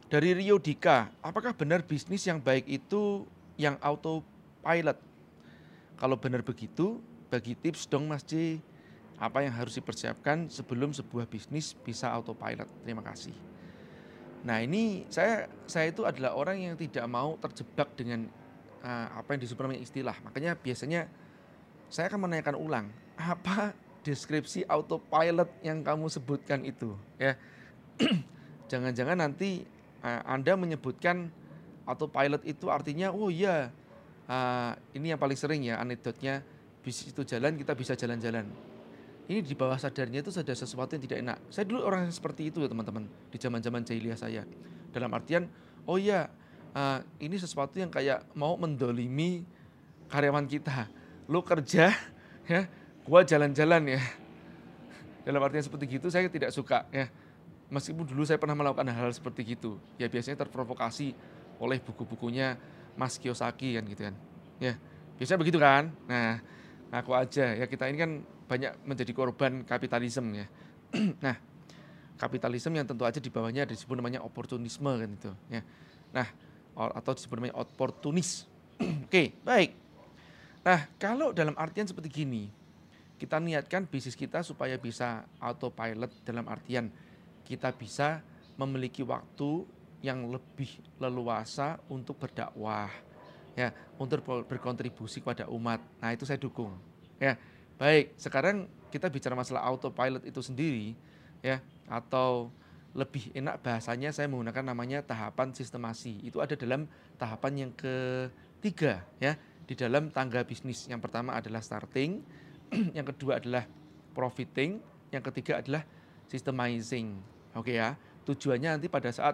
Dari Rio Dika, apakah benar bisnis yang baik itu yang autopilot? Kalau benar begitu, bagi tips dong Mas J, apa yang harus dipersiapkan sebelum sebuah bisnis bisa autopilot? Terima kasih. Nah ini saya itu adalah orang yang tidak mau terjebak dengan apa yang disebut namanya istilah. Makanya biasanya saya akan menanyakan ulang, apa deskripsi autopilot yang kamu sebutkan itu? Ya, jangan-jangan nanti Anda menyebutkan autopilot itu artinya, oh iya, ini yang paling sering ya anekdotnya, bis itu jalan kita bisa jalan-jalan. Ini di bawah sadarnya itu ada sesuatu yang tidak enak. Saya dulu orang yang seperti itu ya teman-teman, di zaman-zaman jahiliyah saya. Dalam artian, oh iya, ini sesuatu yang kayak mau mendolimi karyawan kita. Lu kerja, ya, gua jalan-jalan ya. Dalam artian seperti gitu saya tidak suka ya. Meskipun dulu saya pernah melakukan hal-hal seperti gitu. Ya biasanya terprovokasi oleh buku-bukunya Mas Kiyosaki kan gitu kan. Ya, biasanya begitu kan. Nah, aku aja ya, kita ini kan banyak menjadi korban kapitalisme ya. Nah, kapitalisme yang tentu aja di bawahnya ada disebut namanya oportunisme kan itu ya. Nah, atau disebut namanya oportunis. Oke, baik. Nah, kalau dalam artian seperti gini, kita niatkan bisnis kita supaya bisa autopilot dalam artian kita bisa memiliki waktu yang lebih leluasa untuk berdakwah, ya, untuk berkontribusi kepada umat. Nah, itu saya dukung. Ya, baik. Sekarang kita bicara masalah autopilot itu sendiri, ya, atau lebih enak bahasanya saya menggunakan namanya tahapan sistemasi. Itu ada dalam tahapan yang ketiga, ya, di dalam tangga bisnis. Yang pertama adalah starting, yang kedua adalah profiting, yang ketiga adalah systemizing. Oke ya, tujuannya nanti pada saat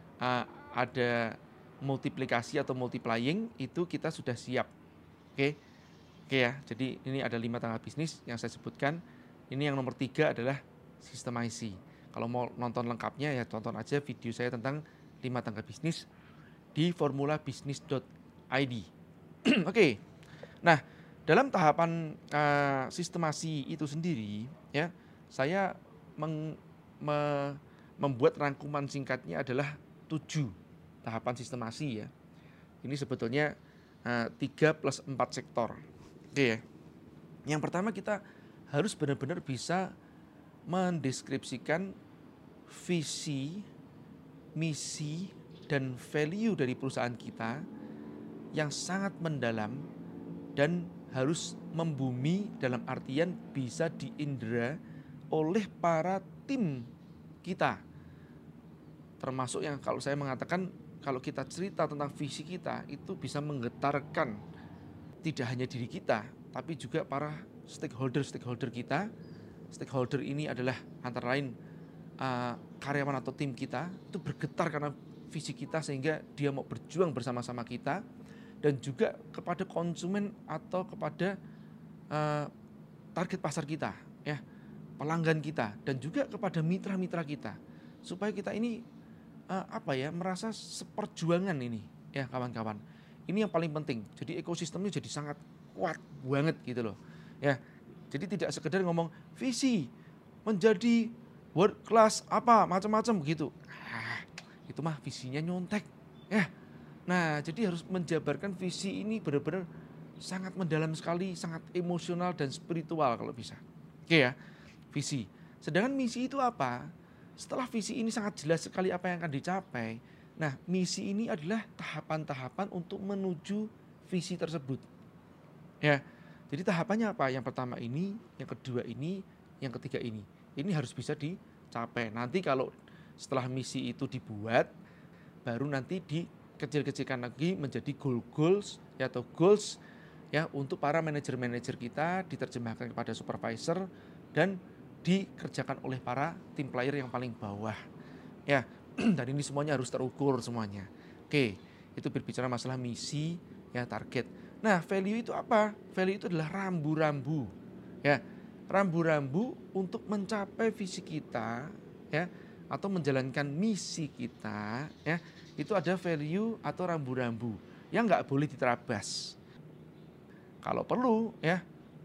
ada multiplikasi atau multiplying itu kita sudah siap. Oke, oke ya. Jadi ini ada 5 tangga bisnis yang saya sebutkan. Ini yang nomor 3 adalah systemizing. Kalau mau nonton lengkapnya ya tonton aja video saya tentang 5 tangga bisnis di formulabisnis.id. Oke. Nah, dalam tahapan sistemasi itu sendiri, ya, saya membuat rangkuman singkatnya adalah 7 tahapan sistemasi ya. Ini sebetulnya 3 plus 4 sektor. Oke ya. Yang pertama kita harus benar-benar bisa mendeskripsikan visi, misi, dan value dari perusahaan kita yang sangat mendalam dan harus membumi dalam artian bisa diindera oleh para tim kita. Termasuk yang kalau saya mengatakan kalau kita cerita tentang visi kita itu bisa menggetarkan tidak hanya diri kita tapi juga para stakeholder kita. Stakeholder ini adalah antara lain karyawan atau tim kita itu bergetar karena visi kita sehingga dia mau berjuang bersama-sama kita, dan juga kepada konsumen atau kepada target pasar kita ya, pelanggan kita, dan juga kepada mitra-mitra kita supaya kita ini merasa seperjuangan ini ya kawan-kawan. Ini yang paling penting. Jadi ekosistemnya jadi sangat kuat banget gitu loh. Ya. Jadi tidak sekedar ngomong visi menjadi world class apa macam-macam begitu. Itu mah visinya nyontek ya. Nah, jadi harus menjabarkan visi ini benar-benar sangat mendalam sekali, sangat emosional dan spiritual kalau bisa. Oke ya, visi. Sedangkan misi itu apa? Setelah visi ini sangat jelas sekali apa yang akan dicapai. Nah, misi ini adalah tahapan-tahapan untuk menuju visi tersebut. Ya, jadi tahapannya apa? Yang pertama ini, yang kedua ini, yang ketiga ini. Ini harus bisa dicapai. Nanti kalau setelah misi itu dibuat, baru nanti dikecil-kecilkan lagi menjadi goals ya, atau goals ya untuk para manajer-manajer kita, diterjemahkan kepada supervisor dan dikerjakan oleh para tim player yang paling bawah. Ya, dan ini semuanya harus terukur semuanya. Oke, itu berbicara masalah misi ya, target. Nah, value itu apa? Value itu adalah rambu-rambu. Ya, rambu-rambu untuk mencapai visi kita ya, atau menjalankan misi kita ya, itu ada value atau rambu-rambu yang nggak boleh diterabas. Kalau perlu ya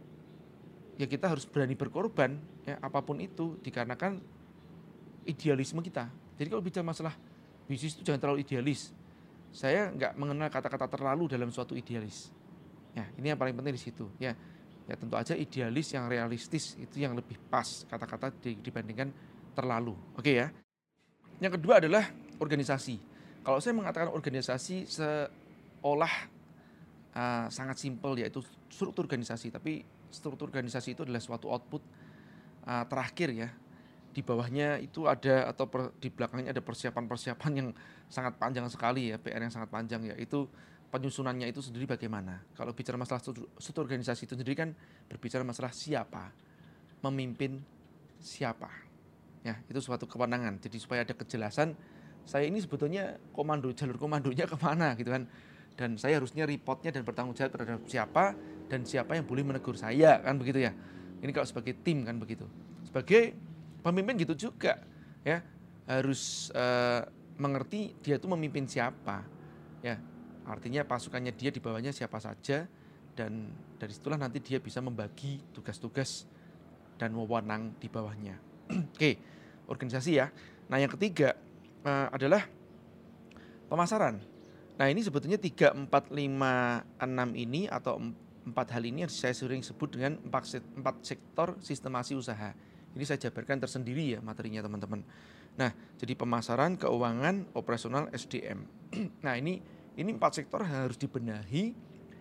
kita harus berani berkorban ya apapun itu dikarenakan idealisme kita. Jadi kalau bicara masalah Bisnis itu jangan terlalu idealis. Saya nggak mengenal kata-kata terlalu dalam suatu idealis. Ya, ini yang paling penting di situ. Ya, ya tentu aja idealis yang realistis itu yang lebih pas kata-kata dibandingkan terlalu. Oke ya. Yang kedua adalah organisasi. Kalau saya mengatakan organisasi seolah sangat simpel, yaitu struktur organisasi, tapi struktur organisasi itu adalah suatu output terakhir ya. Di bawahnya itu ada atau di belakangnya ada persiapan-persiapan yang sangat panjang sekali ya, PR yang sangat panjang, yaitu penyusunannya itu sendiri bagaimana. Kalau bicara masalah struktur organisasi itu sendiri kan berbicara masalah siapa, memimpin siapa. Ya, itu suatu kewenangan. Jadi supaya ada kejelasan, saya ini sebetulnya jalur komandonya kemana gitu kan. Dan saya harusnya reportnya dan bertanggung jawab terhadap siapa, dan siapa yang boleh menegur saya, kan begitu ya. Ini kalau sebagai tim kan begitu. Sebagai pemimpin gitu juga ya, harus mengerti dia itu memimpin siapa ya, artinya pasukannya dia di bawahnya siapa saja, dan dari situlah nanti dia bisa membagi tugas-tugas dan wewenang di bawahnya. Oke, organisasi ya. Nah yang ketiga adalah pemasaran. Nah ini sebetulnya 3, 4, 5, 6 ini atau 4 hal ini yang saya sering sebut dengan 4 sektor sistemasi usaha. Ini saya jabarkan tersendiri ya materinya teman-teman. Nah, jadi pemasaran, keuangan, operasional, SDM. Nah, ini 4 sektor harus dibenahi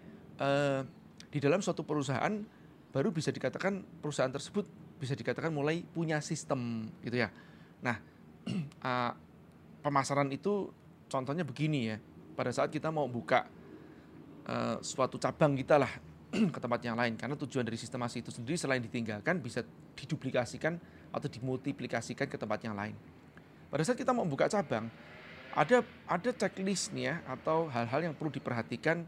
di dalam suatu perusahaan, baru bisa dikatakan perusahaan tersebut bisa dikatakan mulai punya sistem gitu ya. Nah, pemasaran itu contohnya begini ya. Pada saat kita mau buka suatu cabang kita lah ke tempat yang lain, karena tujuan dari sistemasi itu sendiri selain ditinggalkan bisa diduplikasikan atau dimultiplikasikan ke tempat yang lain. Pada saat kita mau buka cabang, ada checklist nih ya, atau hal-hal yang perlu diperhatikan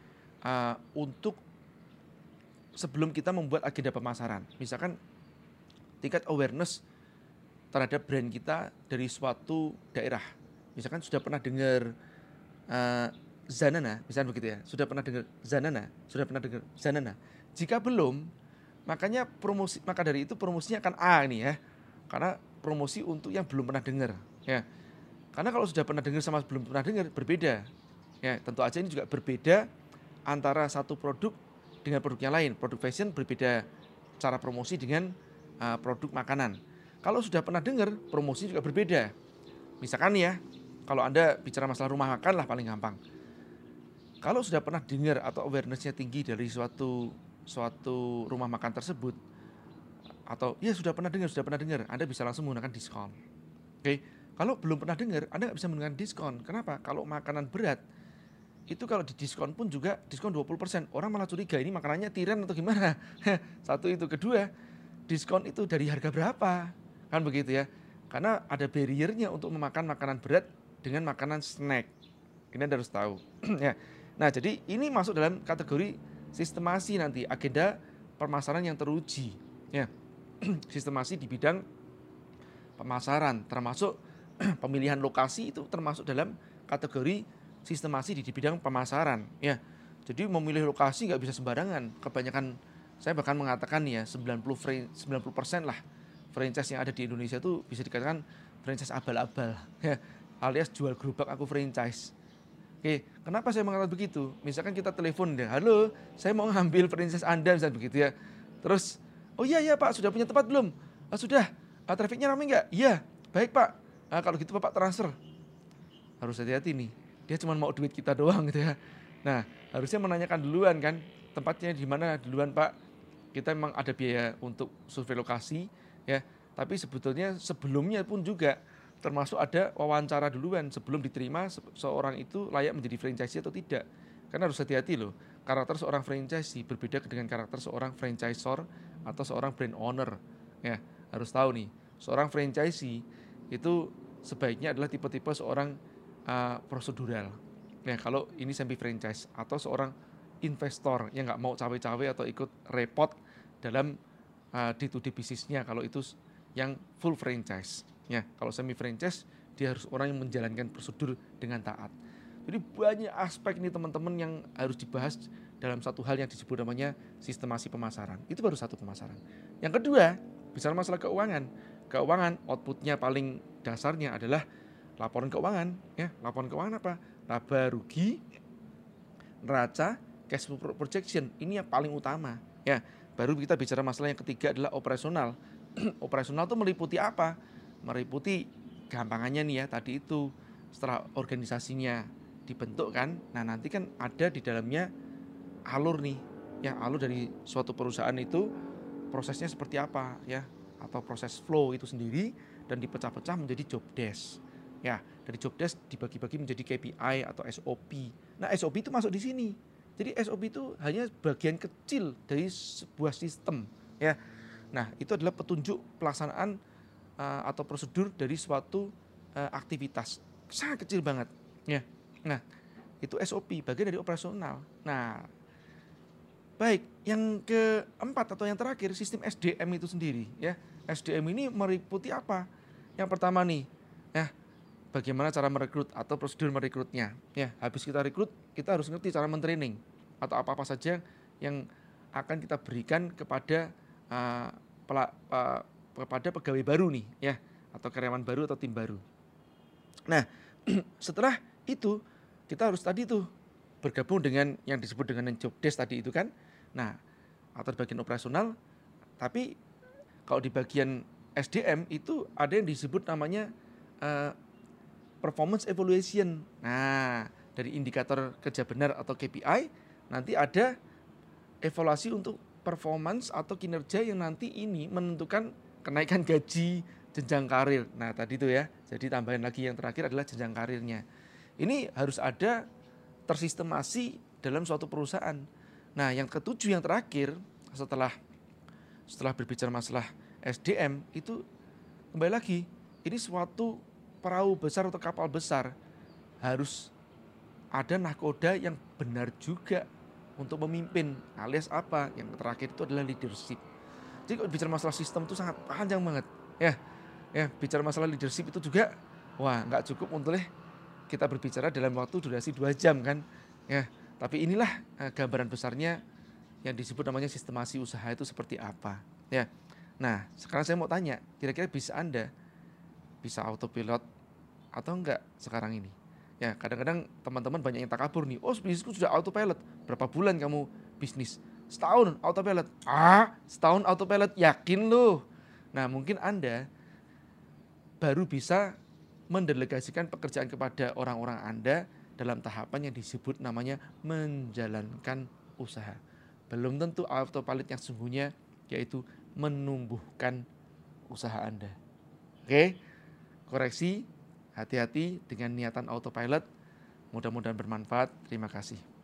untuk sebelum kita membuat agenda pemasaran. Misalkan tingkat awareness terhadap brand kita dari suatu daerah. Misalkan sudah pernah dengar Zanana, misalnya begitu ya. Sudah pernah dengar Zanana. Jika belum, maka dari itu promosinya akan A ini ya. Karena promosi untuk yang belum pernah dengar ya. Karena kalau sudah pernah dengar sama belum pernah dengar berbeda. Ya, tentu aja ini juga berbeda antara satu produk dengan produk yang lain. Produk fashion berbeda cara promosi dengan produk makanan. Kalau sudah pernah dengar, promosi juga berbeda. Misalkan ya, kalau Anda bicara masalah rumah makan lah paling gampang. Kalau sudah pernah dengar atau awareness-nya tinggi dari suatu rumah makan tersebut, atau ya sudah pernah dengar, Anda bisa langsung menggunakan diskon. Oke, kalau belum pernah dengar, Anda nggak bisa menggunakan diskon. Kenapa? Kalau makanan berat, itu kalau di diskon pun juga diskon 20%. Orang malah curiga, ini makanannya tiran atau gimana? Satu itu. Kedua, diskon itu dari harga berapa? Kan begitu ya. Karena ada barrier-nya untuk memakan makanan berat dengan makanan snack. Ini Anda harus tahu. Ya. Nah, jadi ini masuk dalam kategori sistemasi nanti, agenda pemasaran yang teruji. Ya. Sistemasi di bidang pemasaran, termasuk pemilihan lokasi itu termasuk dalam kategori sistemasi di bidang pemasaran. Ya. Jadi memilih lokasi nggak bisa sembarangan. Kebanyakan, saya bahkan mengatakan ya 90% lah franchise yang ada di Indonesia itu bisa dikatakan franchise abal-abal. Ya. Alias jual gerobak aku franchise. Oke, kenapa saya mengatakan begitu? Misalkan kita telepon deh, halo, saya mau ngambil franchise Anda, misalnya begitu ya. Terus, oh iya Pak, sudah punya tempat belum? Sudah, trafiknya ramai nggak? Iya, baik Pak. Kalau gitu Bapak transfer. Harus hati-hati nih, dia cuma mau duit kita doang gitu ya. Nah, harusnya menanyakan duluan kan, tempatnya di mana duluan Pak. Kita memang ada biaya untuk survei lokasi ya, tapi sebetulnya sebelumnya pun juga termasuk ada wawancara duluan sebelum diterima seorang itu layak menjadi franchisee atau tidak. Karena harus hati-hati loh, karakter seorang franchisee berbeda dengan karakter seorang franchisor atau seorang brand owner. Ya, harus tahu nih, seorang franchisee itu sebaiknya adalah tipe-tipe seorang prosedural. Ya, kalau ini semi franchise, atau seorang investor yang nggak mau cawe-cawe atau ikut repot dalam day-to-day bisnisnya, kalau itu yang full franchise. Ya, kalau semi franchise dia harus orang yang menjalankan prosedur dengan taat. Jadi banyak aspek ini teman-teman yang harus dibahas dalam satu hal yang disebut namanya sistemasi pemasaran. Itu baru satu pemasaran. Yang kedua, bicara masalah keuangan. Keuangan outputnya paling dasarnya adalah laporan keuangan, ya. Laporan keuangan apa? Laba rugi, neraca, cash flow projection. Ini yang paling utama, ya. Baru kita bicara masalah yang ketiga adalah operasional. Operasional itu meliputi apa? Meliputi gampangannya nih ya, tadi itu setelah organisasinya dibentuk kan, nah nanti kan ada di dalamnya alur nih, ya, alur dari suatu perusahaan itu prosesnya seperti apa ya, atau proses flow itu sendiri, dan dipecah-pecah menjadi job desk. Ya, dari job desk dibagi-bagi menjadi KPI atau SOP. Nah, SOP itu masuk di sini. Jadi SOP itu hanya bagian kecil dari sebuah sistem, ya. Nah, itu adalah petunjuk pelaksanaan atau prosedur dari suatu aktivitas. Sangat kecil banget, ya. Nah, itu SOP, bagian dari operasional. Nah, baik, yang keempat atau yang terakhir, sistem SDM itu sendiri, ya. SDM ini meliputi apa? Yang pertama nih, ya, bagaimana cara merekrut atau prosedur merekrutnya. Ya, habis kita rekrut, kita harus ngerti cara mentraining atau apa-apa saja yang akan kita berikan kepada kepada pegawai baru nih, ya, atau karyawan baru atau tim baru. Nah, setelah itu kita harus tadi tuh bergabung dengan yang disebut dengan job desk tadi itu kan. Nah, atau di bagian operasional, tapi kalau di bagian SDM itu ada yang disebut namanya performance evaluation. Nah, dari indikator kerja benar atau KPI, nanti ada evaluasi untuk performance atau kinerja yang nanti ini menentukan kenaikan gaji, jenjang karir. Nah, tadi itu ya. Jadi tambahan lagi yang terakhir adalah jenjang karirnya. Ini harus ada tersistemasi dalam suatu perusahaan. Nah, yang ketujuh yang terakhir setelah berbicara masalah SDM itu kembali lagi, ini suatu perahu besar atau kapal besar harus ada nahkoda yang benar juga untuk memimpin, alias apa? Yang terakhir itu adalah leadership. Jadi kalau bicara masalah sistem itu sangat panjang banget, ya. Ya, bicara masalah leadership itu juga, wah, nggak cukup untuk kita berbicara dalam waktu durasi 2 jam kan, ya. Tapi inilah gambaran besarnya yang disebut namanya sistemasi usaha itu seperti apa, ya. Nah, sekarang saya mau tanya, kira-kira bisa autopilot atau enggak sekarang ini? Ya, kadang-kadang teman-teman banyak yang takabur nih. Oh, bisnisku sudah autopilot. Berapa bulan kamu bisnis? Setahun autopilot. Setahun autopilot, yakin loh. Nah, mungkin Anda baru bisa mendelegasikan pekerjaan kepada orang-orang Anda dalam tahapan yang disebut namanya menjalankan usaha. Belum tentu autopilot yang sesungguhnya, yaitu menumbuhkan usaha Anda. Oke, koreksi, hati-hati dengan niatan autopilot. Mudah-mudahan bermanfaat. Terima kasih.